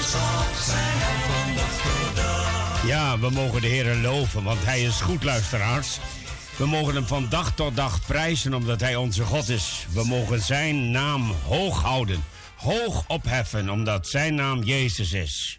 Ja, we mogen de Heer loven, want Hij is goed, luisteraars. We mogen Hem van dag tot dag prijzen, omdat Hij onze God is. We mogen Zijn naam hoog houden, hoog opheffen, omdat Zijn naam Jezus is.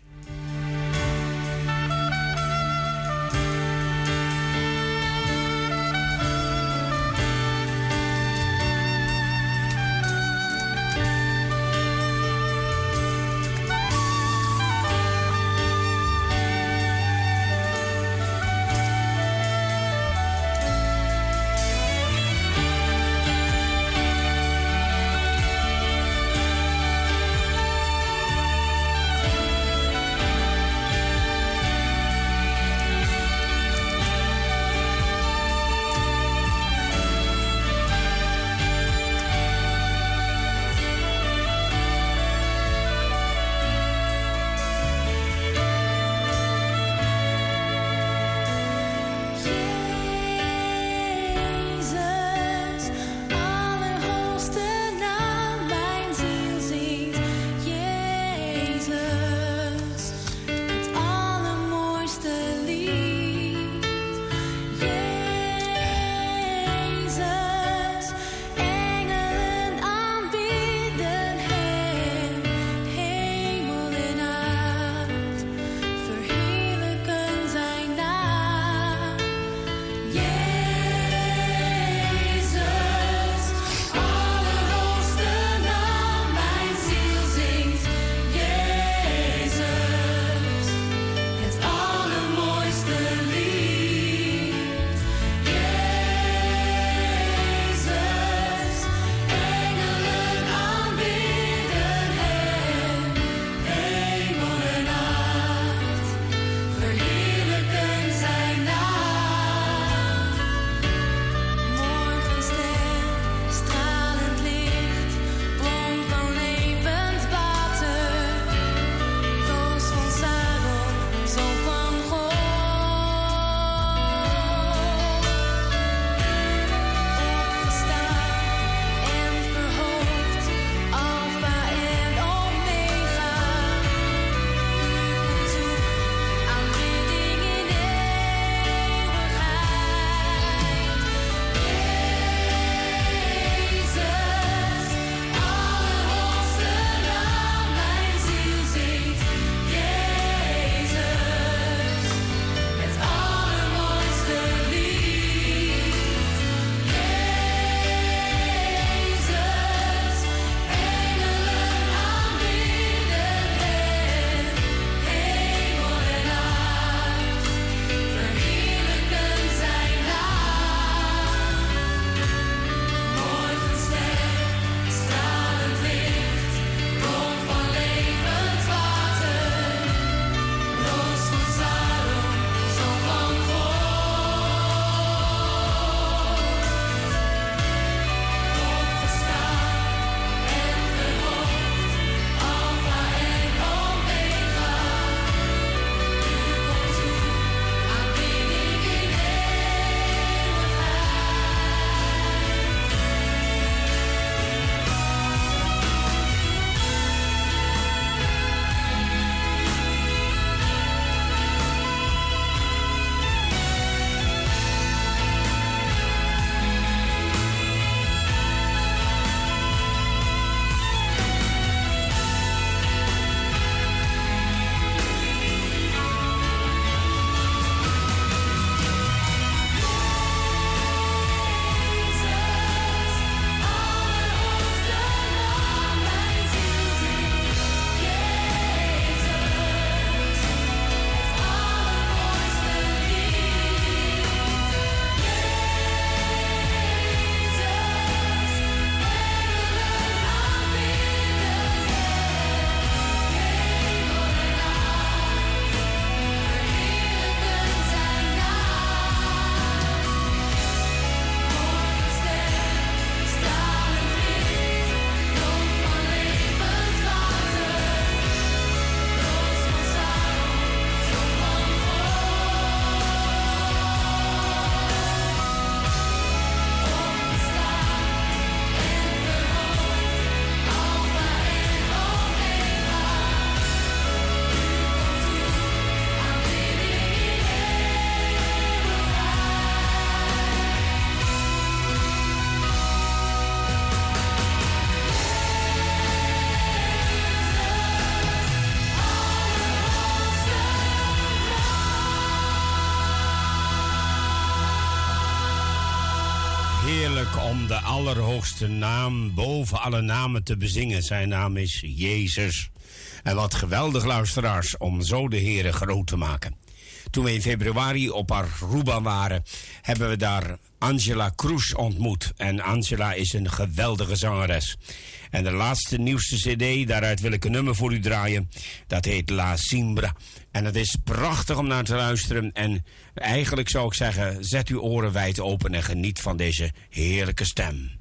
heerlijk om de allerhoogste naam boven alle namen te bezingen. Zijn naam is Jezus. En wat geweldig, luisteraars, om zo de Heere groot te maken. Toen we in februari op Aruba waren, hebben we daar Angela Cruz ontmoet. En Angela is een geweldige zangeres. En de laatste nieuwste cd, daaruit wil ik een nummer voor u draaien. Dat heet La Simbra. En het is prachtig om naar te luisteren. En eigenlijk zou ik zeggen, zet uw oren wijd open en geniet van deze heerlijke stem.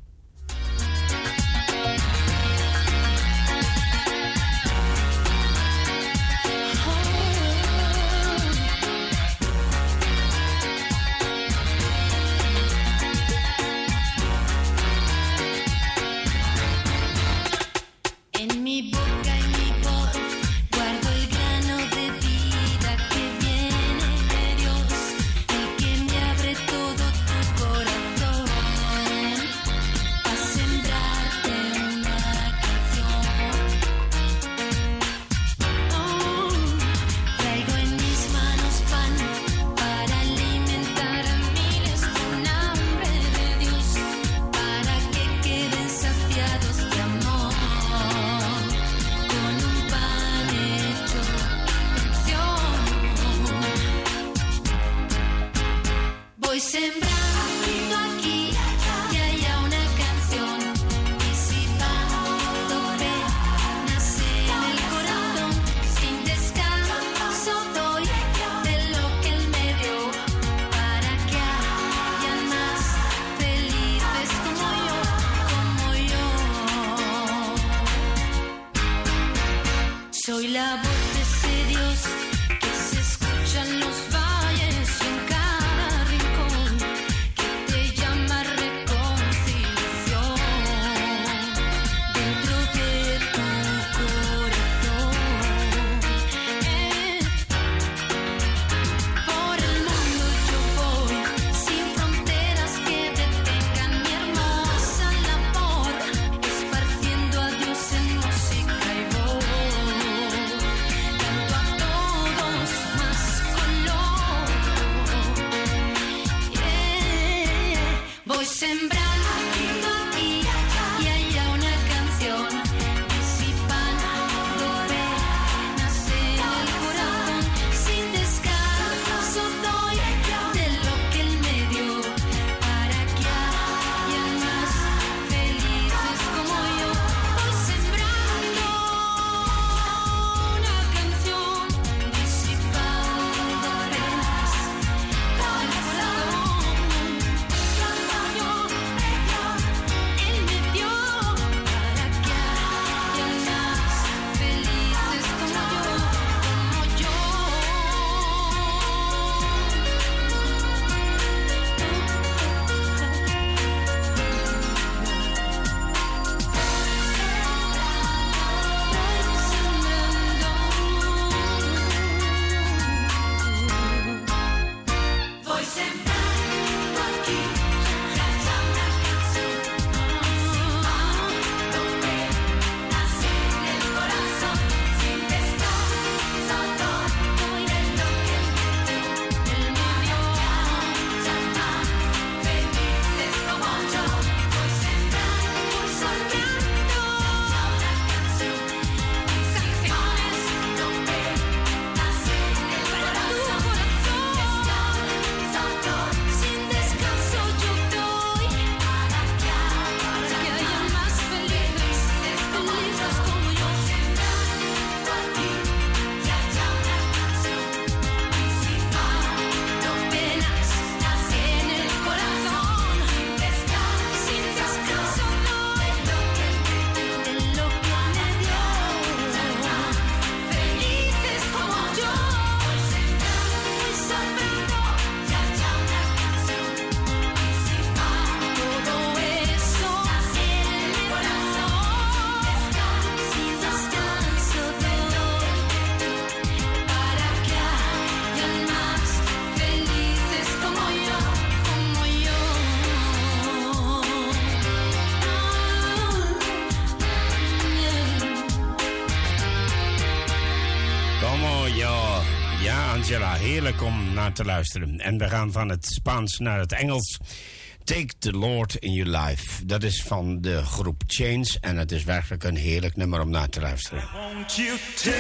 Ja, Angela, heerlijk om naar te luisteren. En we gaan van het Spaans naar het Engels. Take the Lord in Your Life. Dat is van de groep Chains en het is werkelijk een heerlijk nummer om naar te luisteren. Won't you take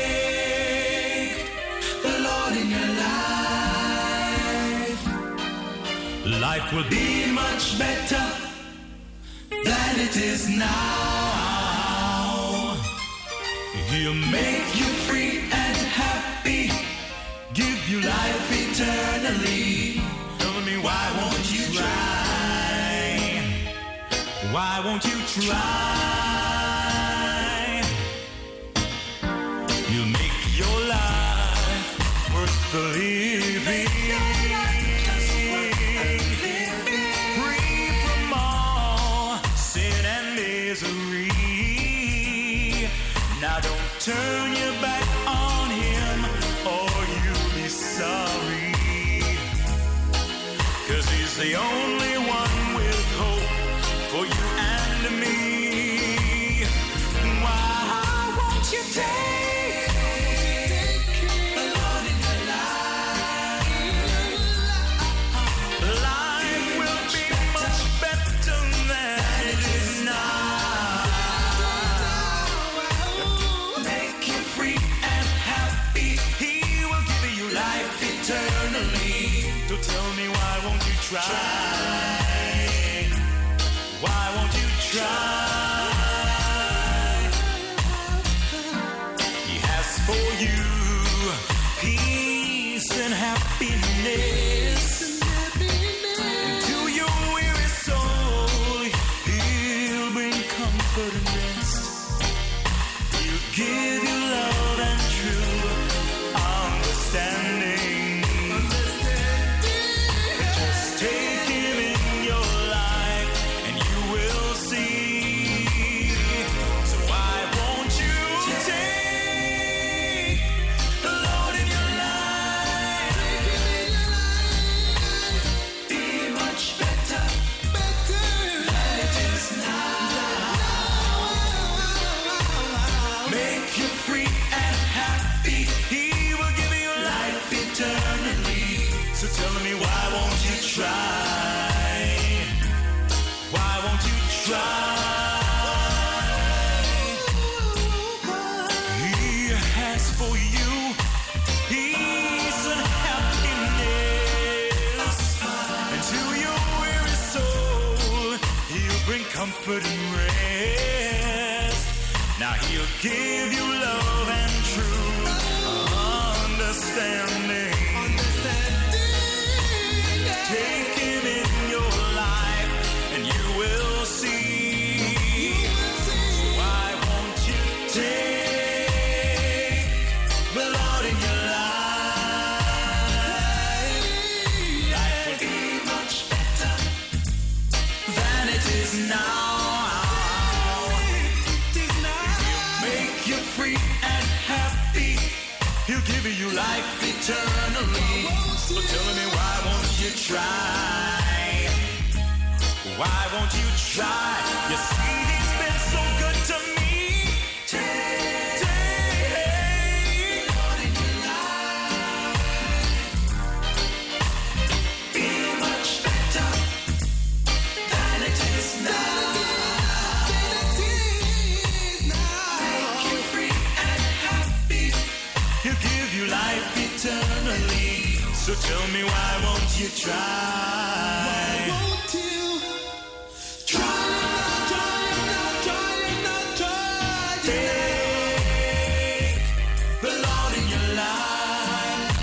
the Lord in your life? Life will be much better than it is now. He'll make you free and happy, give you life eternally. Tell me, why won't you try? Why won't you try? You'll make your life worth the living. Free from all sin and misery. Now don't turn your back on him or you'll be sorry. 'Cause he's the only one with hope for you and me. Why won't you take the Lord in your life? Life will be much better than it is now. Make you free and happy. He will give you life eternally. So tell me, why won't you try? Why won't you try? He has for you peace and happiness. And to your weary soul, he'll bring comfort and rest. He'll give you love and true understanding. Just take him in your life and you will see. So why won't you take the Lord in your life? Be much better than it is now. Make you free and happy. He will give you life eternally. So tell me, why won't you try? Why won't you try? He has for you peace and happiness. And to your weary soul, he'll bring comfort and rest. Now he'll give you love and true understanding. Take him in your life and you will see. So why won't you take the Lord in your life? Life will be much better than it is now. He'll make you free and happy. He'll give you life eternally. So tell me, why won't you try? Why won't you try? You see, he's been so good to me. Take Lord in your life. Be much better than it is now. Make you free and happy. He'll give you life eternally. So tell me, why won't you try? Why won't you try? Take the Lord in your life.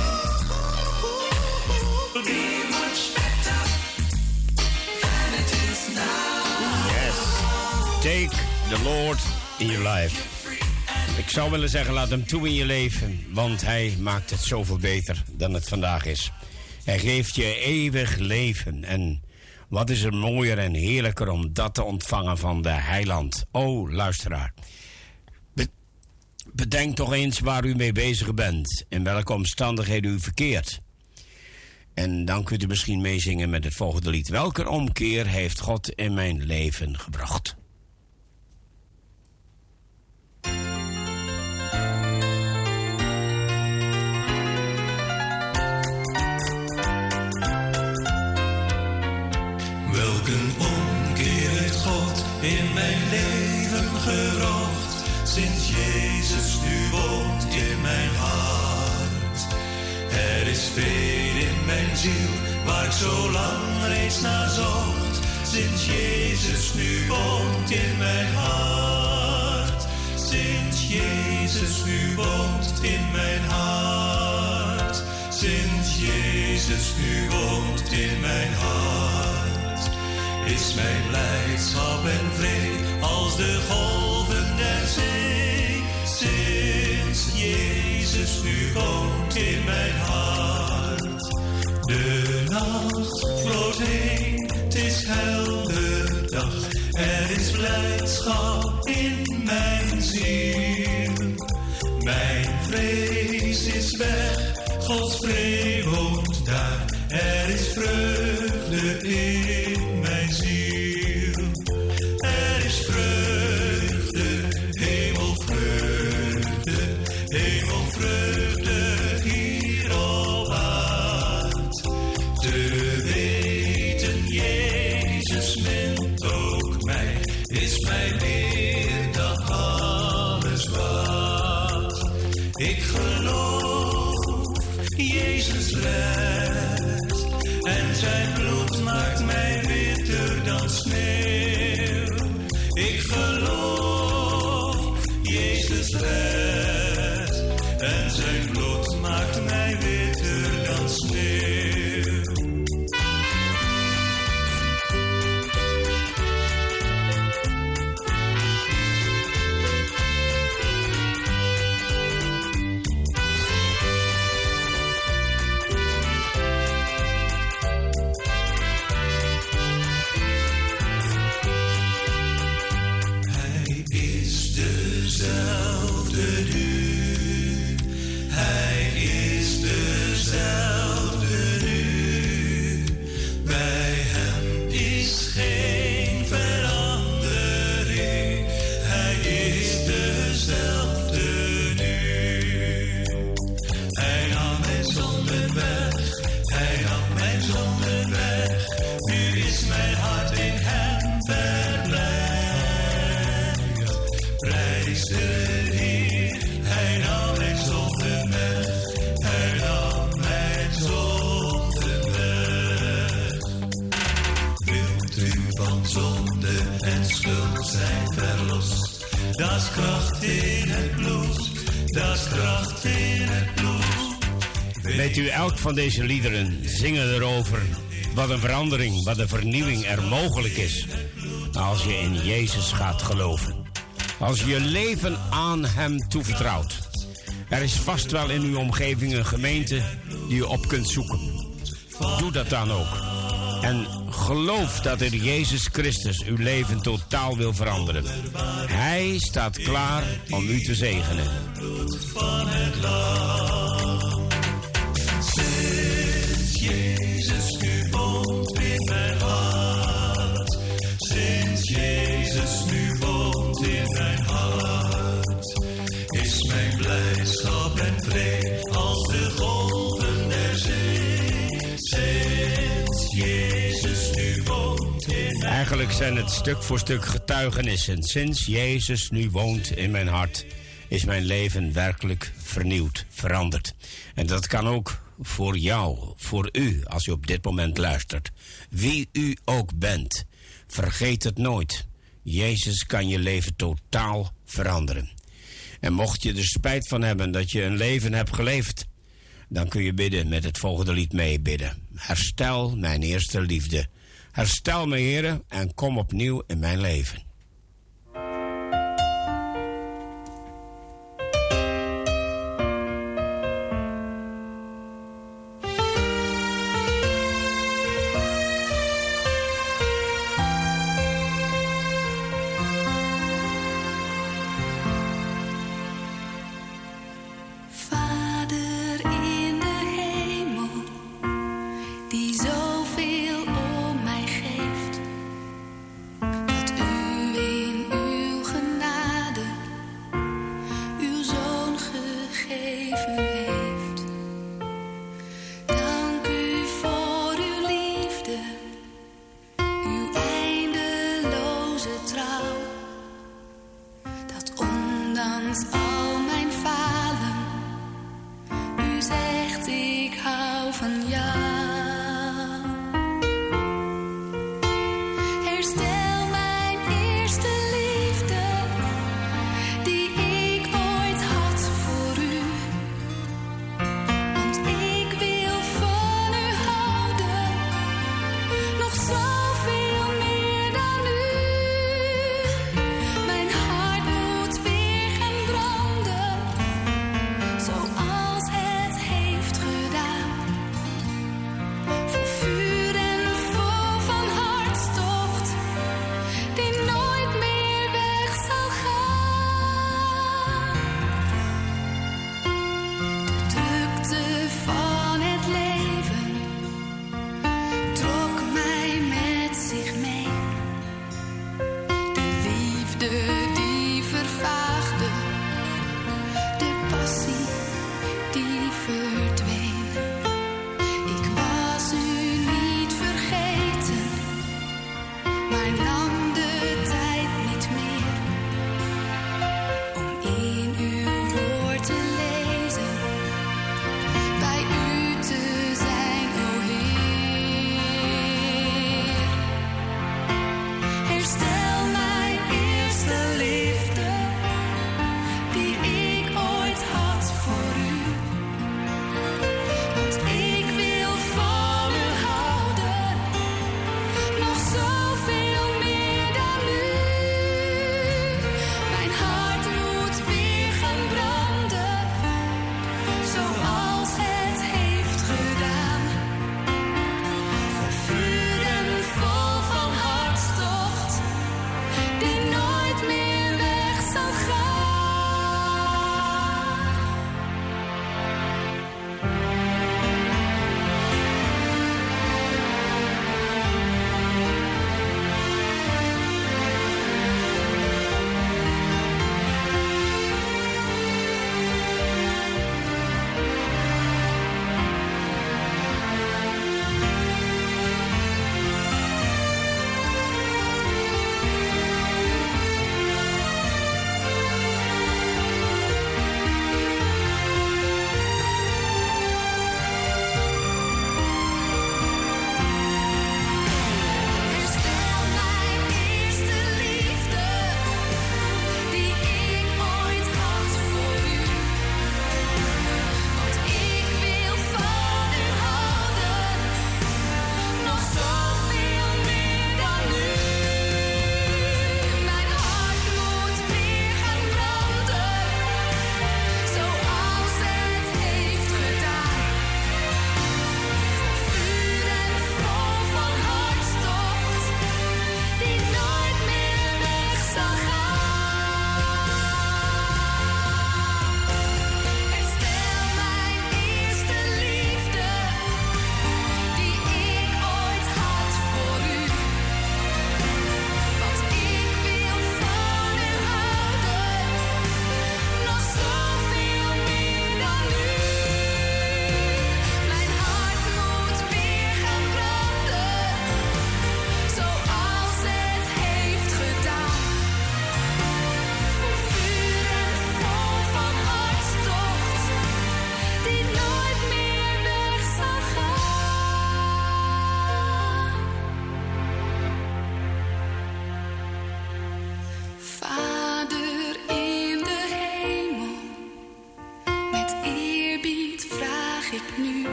Will be much better than it is now. Yes, take the Lord in your life. Ik zou willen zeggen, laat hem toe in je leven, want hij maakt het zoveel beter dan het vandaag is. Hij geeft je eeuwig leven en wat is er mooier en heerlijker om dat te ontvangen van de heiland. O, luisteraar, bedenk toch eens waar u mee bezig bent, in welke omstandigheden u verkeert. En dan kunt u misschien meezingen met het volgende lied. Welke omkeer heeft God in mijn leven gebracht? vrede in mijn ziel, waar ik zo lang reeds naar zocht, sinds Jezus nu woont in mijn hart. Sinds Jezus nu woont in mijn hart. Sinds Jezus nu woont in mijn hart. Is mijn blijdschap en vrede als de golven der zee. Sinds Jezus nu woont in mijn hart. De nacht vloot heen, het is helder dag. Er is blijdschap in mijn ziel. Mijn vrees is weg, Gods vrede woont daar. Er is vreugde in mijn ziel. Er is vreugde, hemelvreugde, hemelvreugde hier op aard. Te weten, Jezus mint ook mij, is mij meer dan alles waard. Ik geloof, Jezus redt, en zijn bloed maakt mij witter dan sneeuw. Ik geloof, Jezus redt, en zijn bloed maakt mij witter dan sneeuw. Dat is kracht in het bloed, dat is kracht in het bloed. Weet u, elk van deze liederen zingen erover wat een verandering, wat een vernieuwing er mogelijk is als je in Jezus gaat geloven. Als je je leven aan Hem toevertrouwt. Er is vast wel in uw omgeving een gemeente die u op kunt zoeken. Doe dat dan ook. En geloof dat er Jezus Christus uw leven totaal wil veranderen. Hij staat klaar om u te zegenen. Sinds Jezus nu woont in mijn hart. Sinds Jezus nu woont in mijn hart. Is mijn blijdschap en vrede als de golven der zee. Sinds Jezus nu woont in mijn hart. Eigenlijk zijn het stuk voor stuk getuigenissen. Sinds Jezus nu woont in mijn hart, is mijn leven werkelijk vernieuwd, veranderd. En dat kan ook voor jou, voor u, als u op dit moment luistert. Wie u ook bent, vergeet het nooit. Jezus kan je leven totaal veranderen. En mocht je er spijt van hebben dat je een leven hebt geleefd, dan kun je bidden met het volgende lied meebidden. Herstel mijn eerste liefde. Herstel me, Heere, en kom opnieuw in mijn leven. Die zoveel om mij geeft, dat u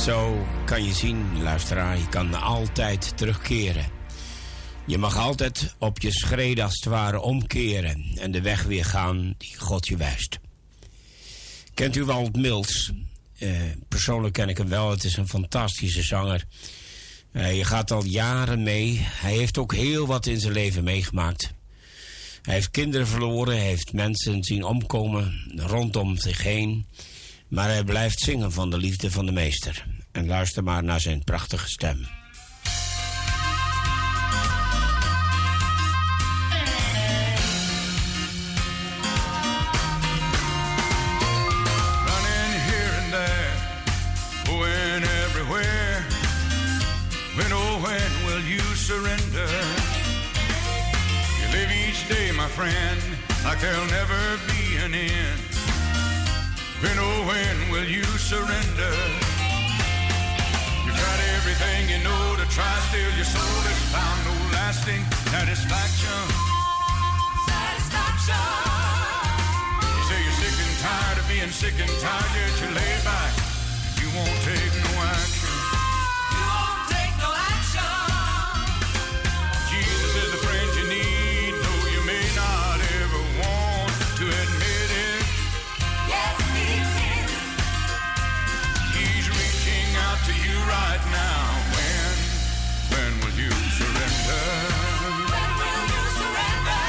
Zo kan je zien, luisteraar, je kan altijd terugkeren. Je mag altijd op je schreden als het ware omkeren en de weg weer gaan die God je wijst. Kent u Walt Mills? Persoonlijk ken ik hem wel, het is een fantastische zanger. Je gaat al jaren mee. Hij heeft ook heel wat in zijn leven meegemaakt. Hij heeft kinderen verloren, hij heeft mensen zien omkomen rondom zich heen. Maar hij blijft zingen van de liefde van de Meester. En luister maar naar zijn prachtige stem. Running here and there, going everywhere. When will you surrender? You live each day, my friend, like there'll never be an end. When will you surrender? You've tried everything you know to try, still your soul has found no lasting satisfaction. You say you're sick and tired of being sick and tired, yet you lay back. You won't take no action. Jesus is the friend you need, though you may not ever want to admit it. Yes, he is. He's reaching out to you right now. When will you surrender? When will you surrender?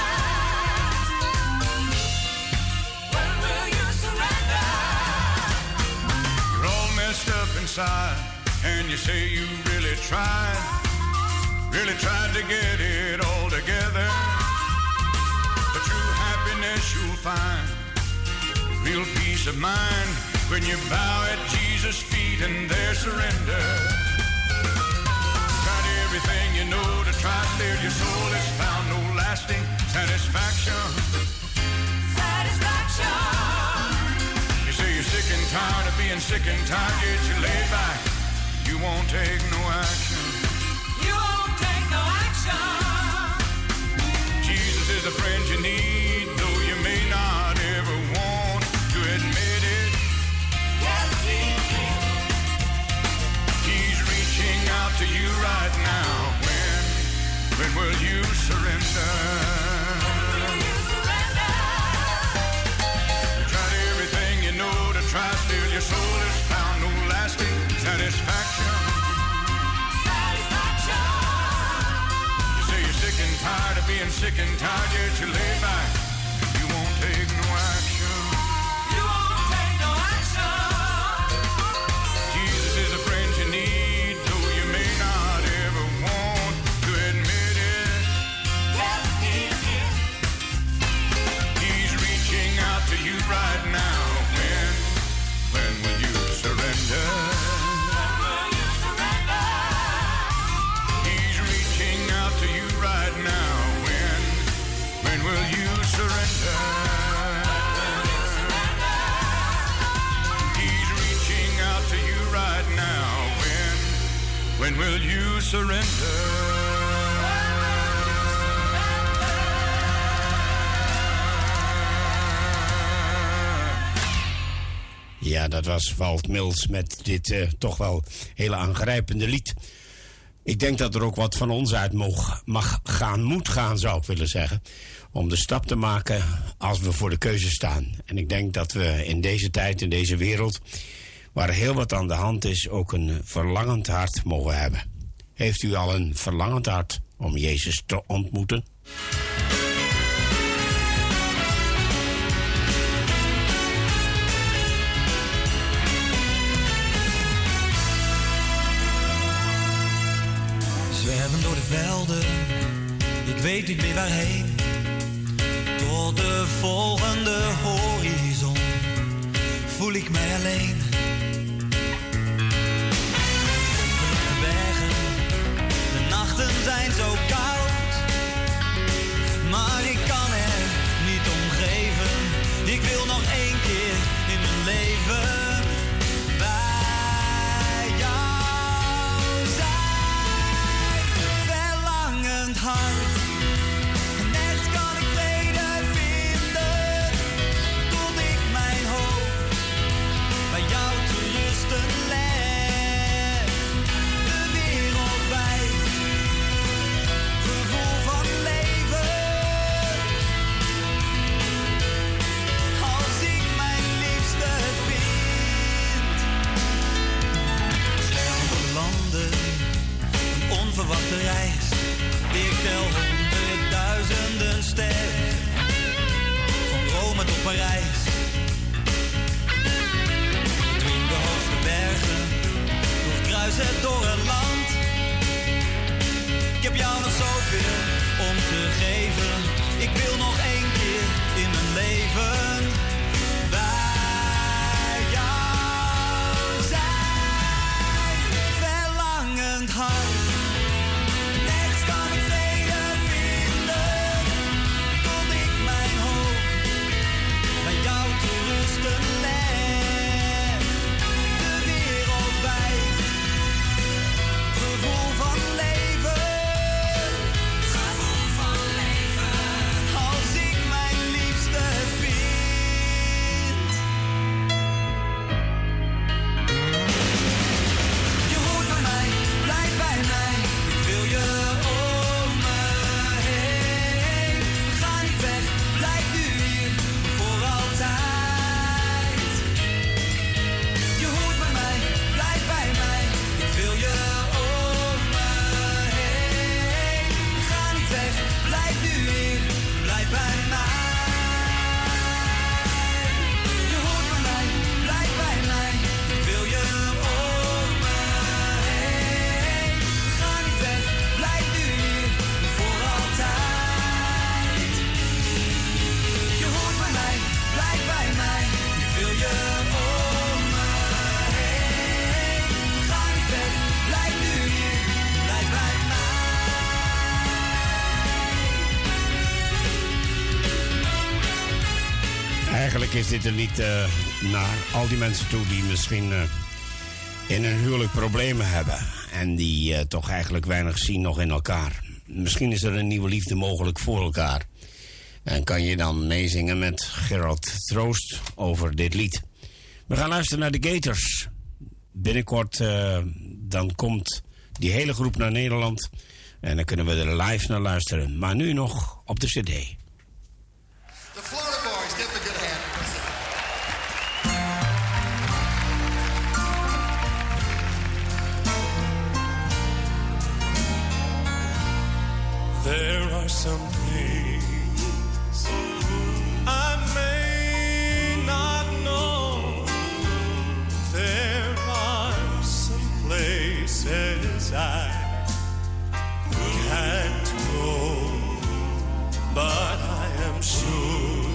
When will you surrender? You're all messed up inside, and you say you really tried to get it all together. But true happiness you'll find, real peace of mind, when you bow at Jesus' feet and there surrender. Tried everything you know to try, still your soul has found no lasting satisfaction. You say you're sick and tired of being sick and tired, yet you lay back. You won't take no action. Jesus is the friend you need, though you may not ever want to admit it. Yes, he is. He's reaching out to you right now. When will you surrender? When will you surrender? You tried everything you know to try, still your soul has found no lasting satisfaction. Tired of being sick and tired, yet you lay back. You won't take no action. You won't take no action. Jesus is a friend you need, though you may not ever want to admit it. Yes, he is. He's reaching out to you right now. When will you surrender? Will you surrender? He's reaching out to you right now. When will you surrender? Ja, dat was Walt Mills met dit toch wel hele aangrijpende lied. Ik denk dat er ook wat van ons uit moet gaan, zou ik willen zeggen. Om de stap te maken als we voor de keuze staan. En ik denk dat we in deze tijd, in deze wereld, waar heel wat aan de hand is, ook een verlangend hart mogen hebben. Heeft u al een verlangend hart om Jezus te ontmoeten? Zwerven door de velden, ik weet niet meer waarheen. Tot de volgende horizon voel ik mij alleen. De bergen, de nachten zijn zo koud, maar ik kan er niet om geven. Ik wil nog één keer in mijn leven bij jou zijn. Verlangend hart. Bij jou te rusten leg. Parijs. Dwing de hoogste bergen, doorkruis het dorre land. Ik heb jou nog zoveel om te geven. Ik wil nog één keer in mijn leven bij jou zijn. Verlangend hart. Nergens kan ik vrede vinden. Tot ik mijn hoop bij jou te rusten leg. De wereld wijd. Gevoel van leven. Gevoel van leven. Als ik mijn liefste vind. Je hoort bij mij, blijf bij mij. Ik wil je om me heen. Ga niet weg, blijf nu hier voor altijd. Je hoort bij mij, blijf bij mij. Ik wil je om me heen. Ga niet weg, blijf nu hier, blijf bij mij. Je hoort bij mij, blijf bij mij. Ik wil je om me heen. Ga niet weg, blijf nu hier voor altijd. Je hoort bij mij, blijf bij mij. Ik wil je om me heen. Ga niet weg, blijf nu hier, blijf bij mij. Eigenlijk is dit een lied naar al die mensen toe die misschien in hun huwelijk problemen hebben. En die toch eigenlijk weinig zien nog in elkaar. Misschien is er een nieuwe liefde mogelijk voor elkaar. En kan je dan meezingen met Gerald Troost over dit lied. We gaan luisteren naar de Gators. Binnenkort dan komt die hele groep naar Nederland. En dan kunnen we er live naar luisteren. Maar nu nog op de cd. The Florida Boys, give them a good hand. There are some things I may not know. There are some places I can't go, but I am sure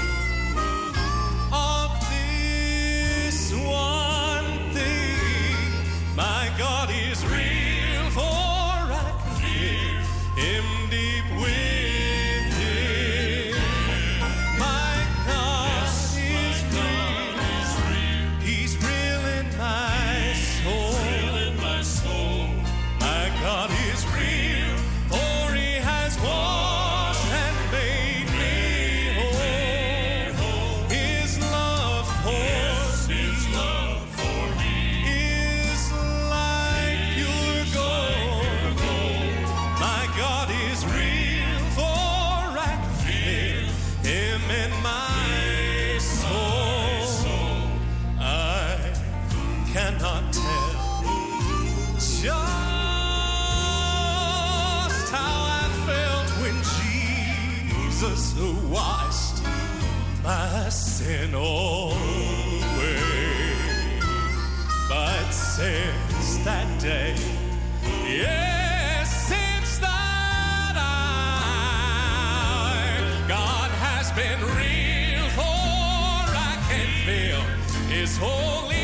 of this one thing. My God is real, for I can feel Him deep within. My God is real. He's real in my soul. My God is real, for He has washed and made me whole. His love for me is like pure gold. My God is real, for I can feel Him in my soul. I cannot tell just how I felt when Jesus washed my sin away. But since that day, yes, since that hour, God has been real, for I can feel His holy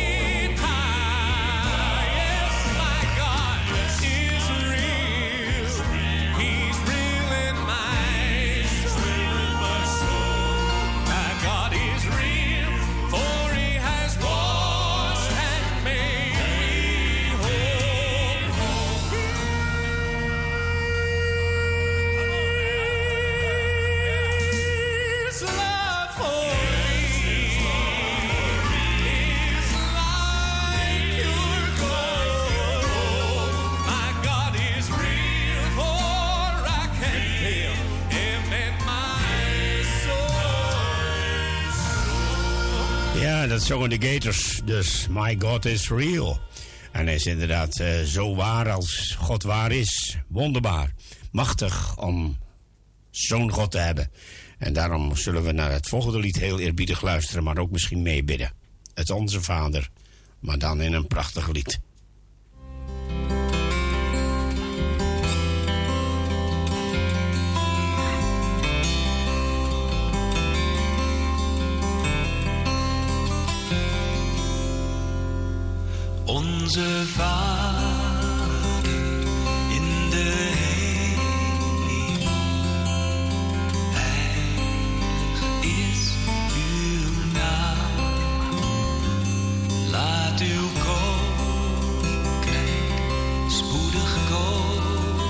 power. Yes, my God is real. He's real in my soul. My God is real, for He has washed and made me whole. His love for me is like pure gold. My God is real, for I can feel Him in my soul. Ja, dat zongen de Gators. Dus My God is Real. En hij is inderdaad zo waar als God waar is. Wonderbaar. Machtig om zo'n God te hebben. En daarom zullen we naar het volgende lied heel eerbiedig luisteren, maar ook misschien meebidden. Het Onze Vader, maar dan in een prachtig lied. Onze Vader in de hemel, heilig is uw naam. Laat uw koninkrijk spoedig komen.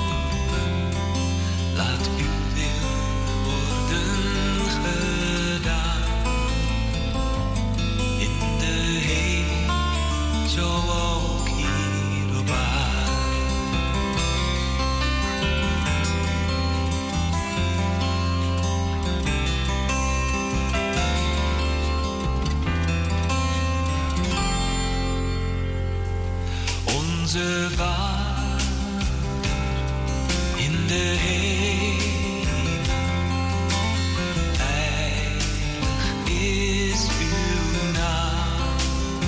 Laat uw wil worden gedaan. In de hemel, zo ook hier op aarde. Onze Vader in de hemel, heilig is uw naam.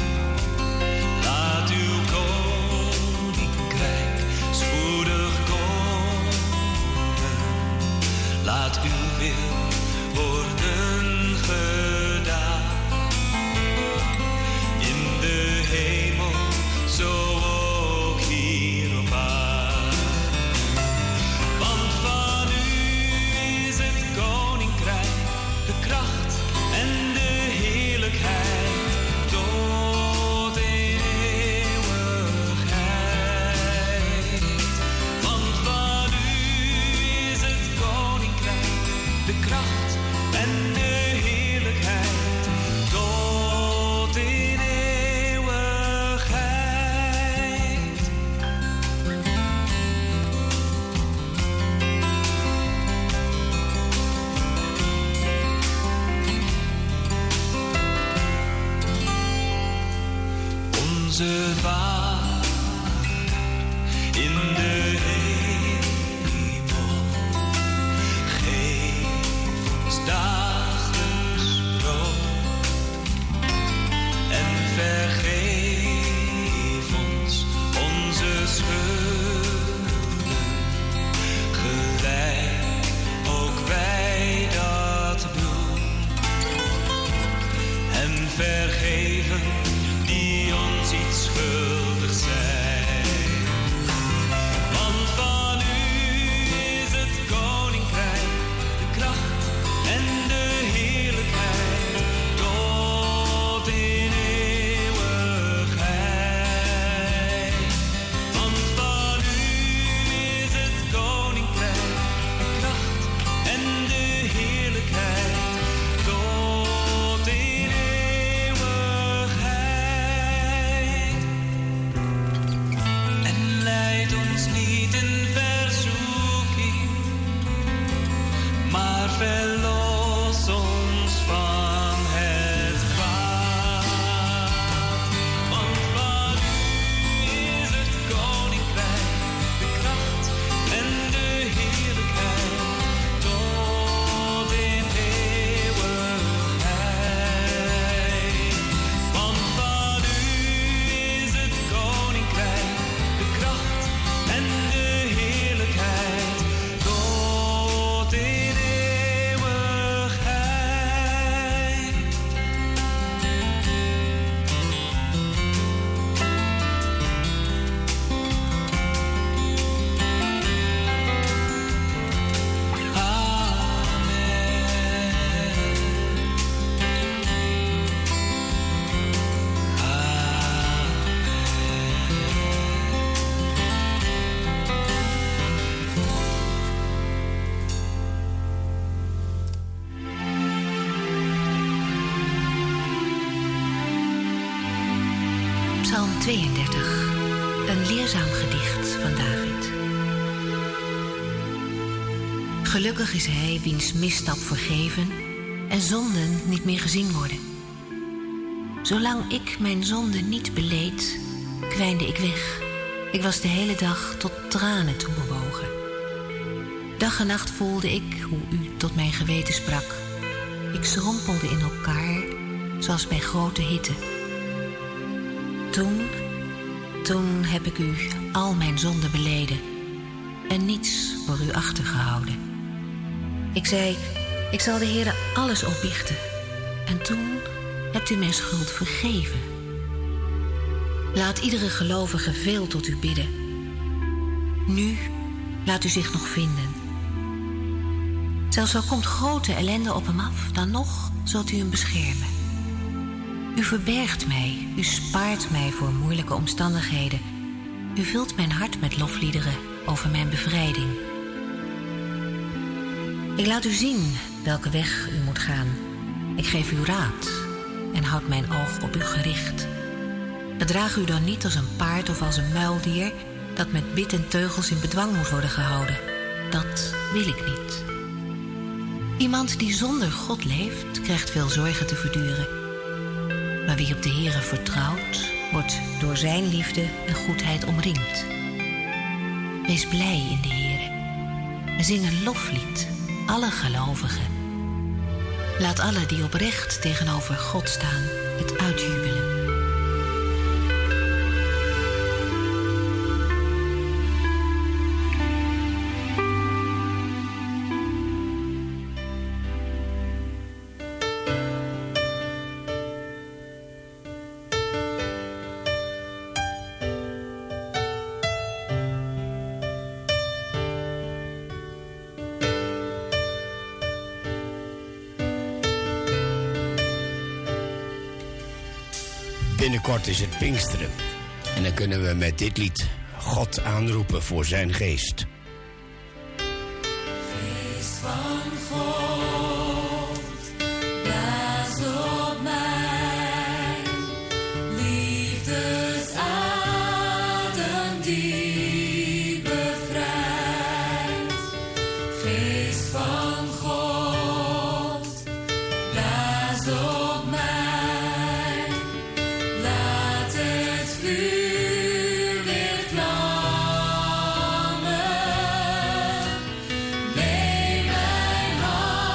Laat uw koninkrijk spoedig komen. Laat uw wil worden gedaan. In de hemel, zo ook hier op aarde. Want van u is het koninkrijk, de kracht en de heerlijkheid tot in eeuwigheid. Want van u is het koninkrijk, de kracht en de heerlijkheid tot in eeuwigheid. Onze Vader in de hemel, geef ons dagelijks brood en vergeef ons onze schulden, gelijk ook wij dat doen. En vergeven die ons iets schuldig zijn. Want van u is het koninkrijk, de kracht en de heerlijkheid tot in eeuwigheid. Want van u is het koninkrijk, de kracht en de heerlijkheid tot in eeuwigheid. En leid ons niet in verzoeking, maar verlos ons van het kwaad. Want van u is het koninkrijk, de kracht en de heerlijkheid tot in eeuwigheid. Want van u is het koninkrijk, de kracht en de heerlijkheid tot in eeuwigheid. Psalm 32, een leerzaam gedicht van David. Gelukkig is hij wiens misstap vergeven en zonden niet meer gezien worden. Zolang ik mijn zonde niet beleed, kwijnde ik weg. Ik was de hele dag tot tranen toe bewogen. Dag en nacht voelde ik hoe u tot mijn geweten sprak. Ik schrompelde in elkaar, zoals bij grote hitte. Toen heb ik u al mijn zonden beleden en niets voor u achtergehouden. Ik zei, ik zal de Heere alles opbiechten. En toen hebt u mijn schuld vergeven. Laat iedere gelovige veel tot u bidden. Nu laat u zich nog vinden. Zelfs al komt grote ellende op hem af, dan nog zult u hem beschermen. U verbergt mij, u spaart mij voor moeilijke omstandigheden. U vult mijn hart met lofliederen over mijn bevrijding. Ik laat u zien welke weg u moet gaan. Ik geef u raad en houd mijn oog op u gericht. Gedraag u dan niet als een paard of als een muildier dat met bit en teugels in bedwang moet worden gehouden. Dat wil ik niet. Iemand die zonder God leeft, krijgt veel zorgen te verduren. Maar wie op de Heere vertrouwt, wordt door zijn liefde en goedheid omringd. Wees blij in de Heere en zing een loflied, alle gelovigen. Laat alle die oprecht tegenover God staan het uitjubelen. Binnenkort is het Pinksteren. En dan kunnen we met dit lied God aanroepen voor zijn geest. Geest van God, blaas op mij, liefdesadem die bevrijdt. Geest van God, blaas op mij. Neem mijn hand.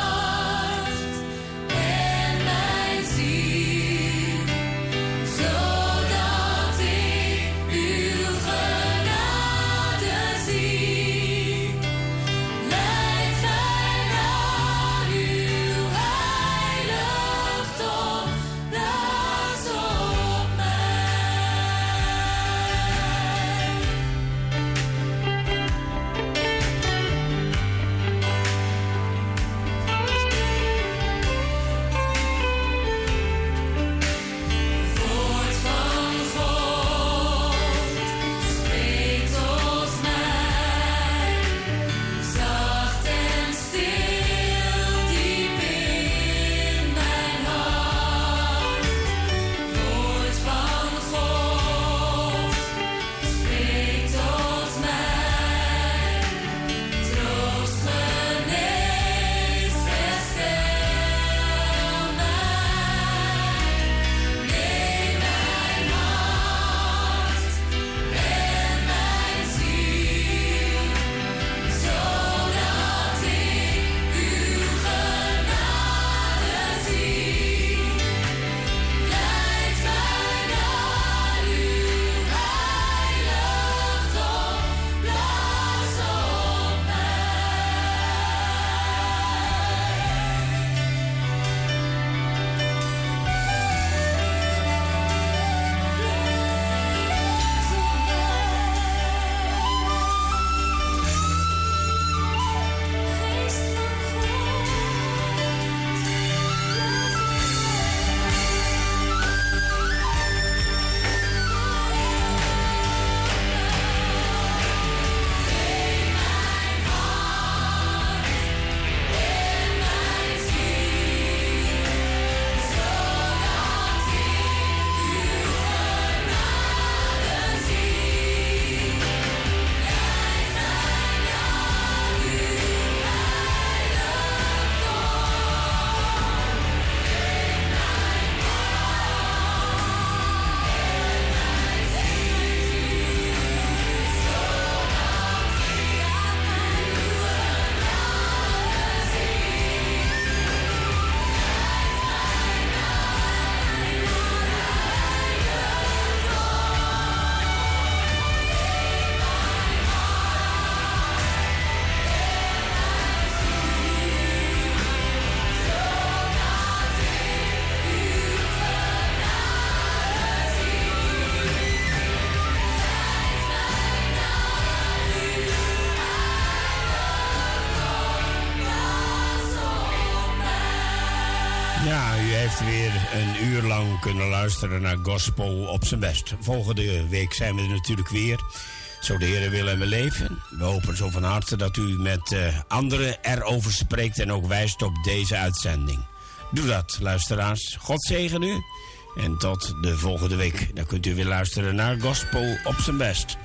Ja, u heeft weer een uur lang kunnen luisteren naar Gospel op zijn best. Volgende week zijn we er natuurlijk weer. Zo de Heer wil en we leven. We hopen zo van harte dat u met anderen erover spreekt en ook wijst op deze uitzending. Doe dat, luisteraars. God zegen u. En tot de volgende week. Dan kunt u weer luisteren naar Gospel op zijn best.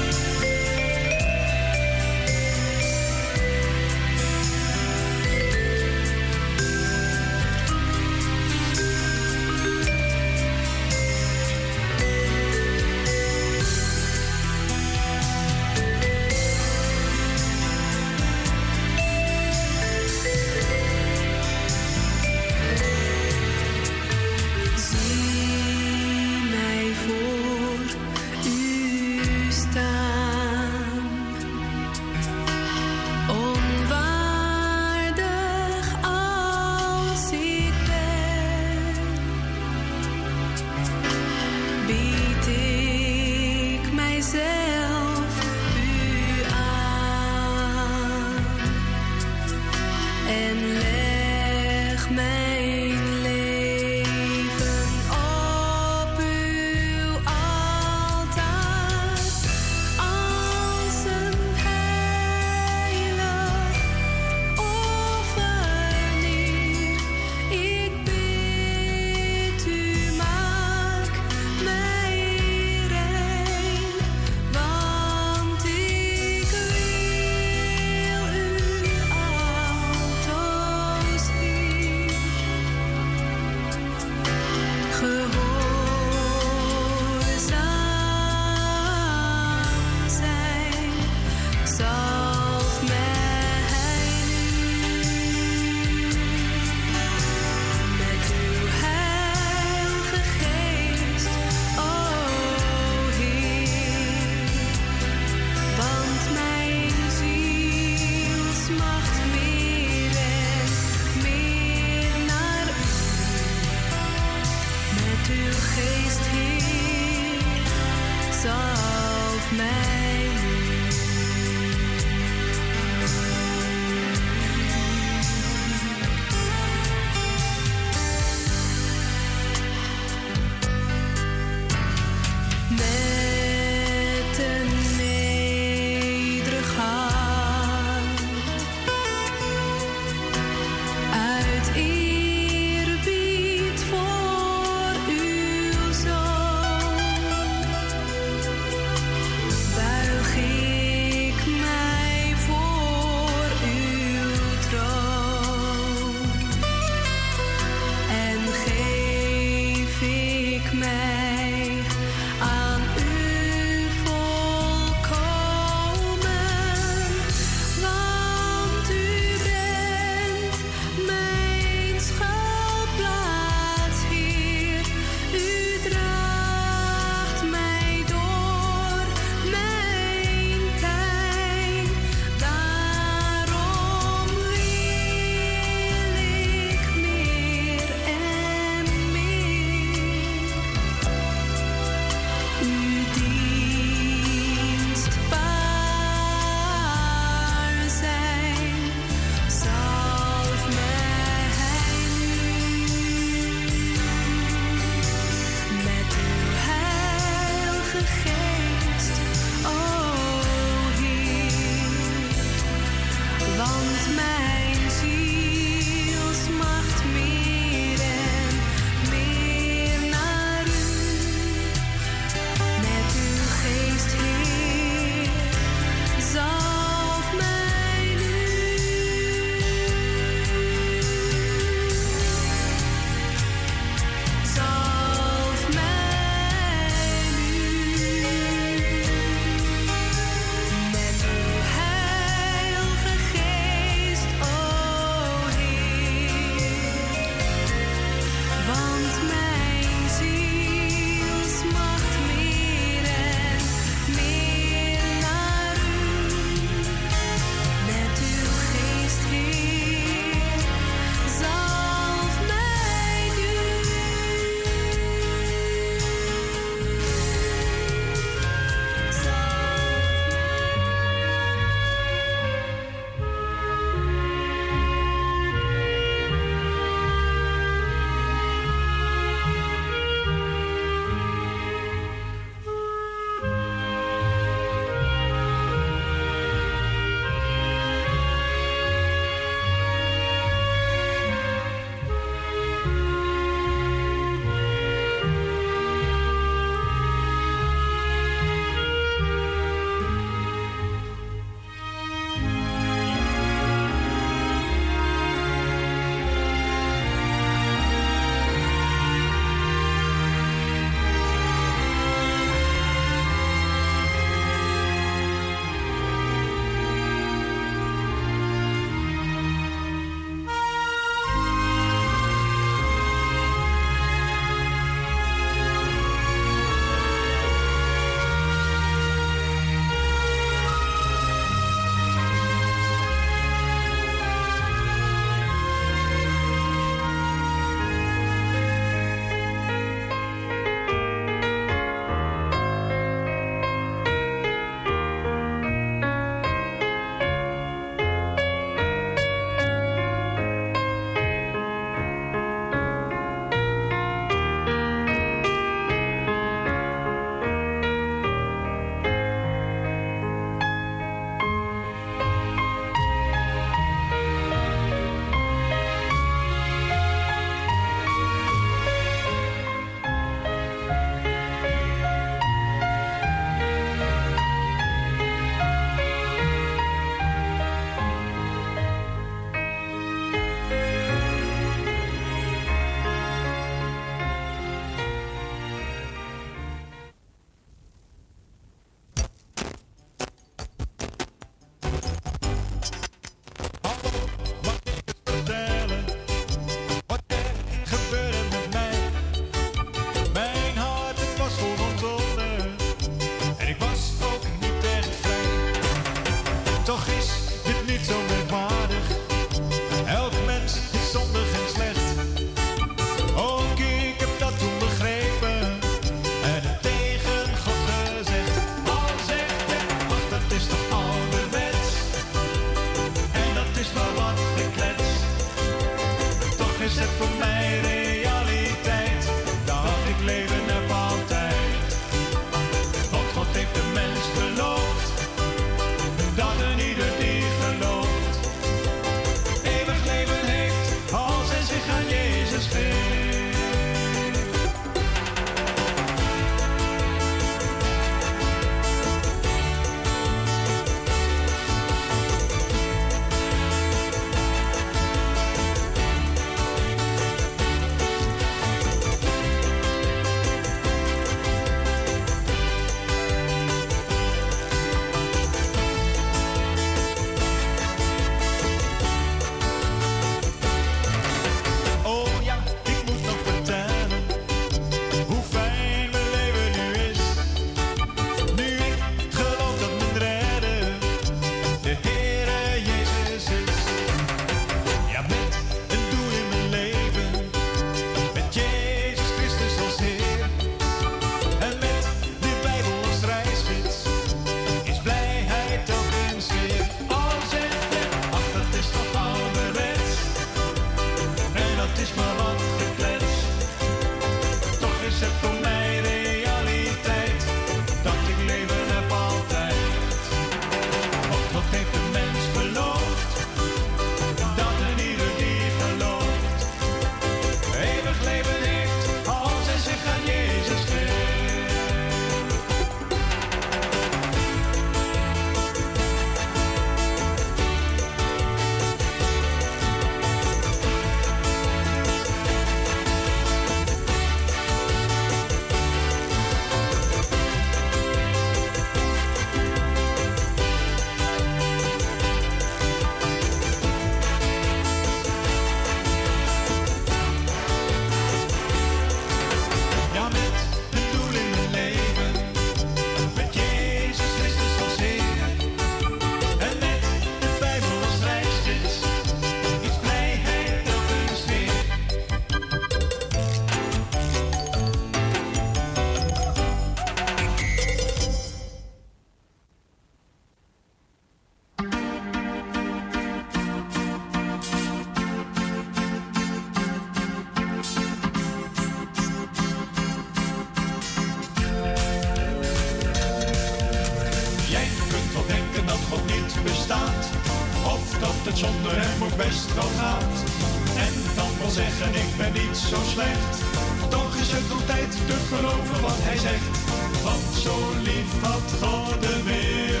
zonder hem ook best wel gaat. En kan wel zeggen ik ben niet zo slecht. Toch is het nog tijd te geloven wat hij zegt. Want zo lief had God de wereld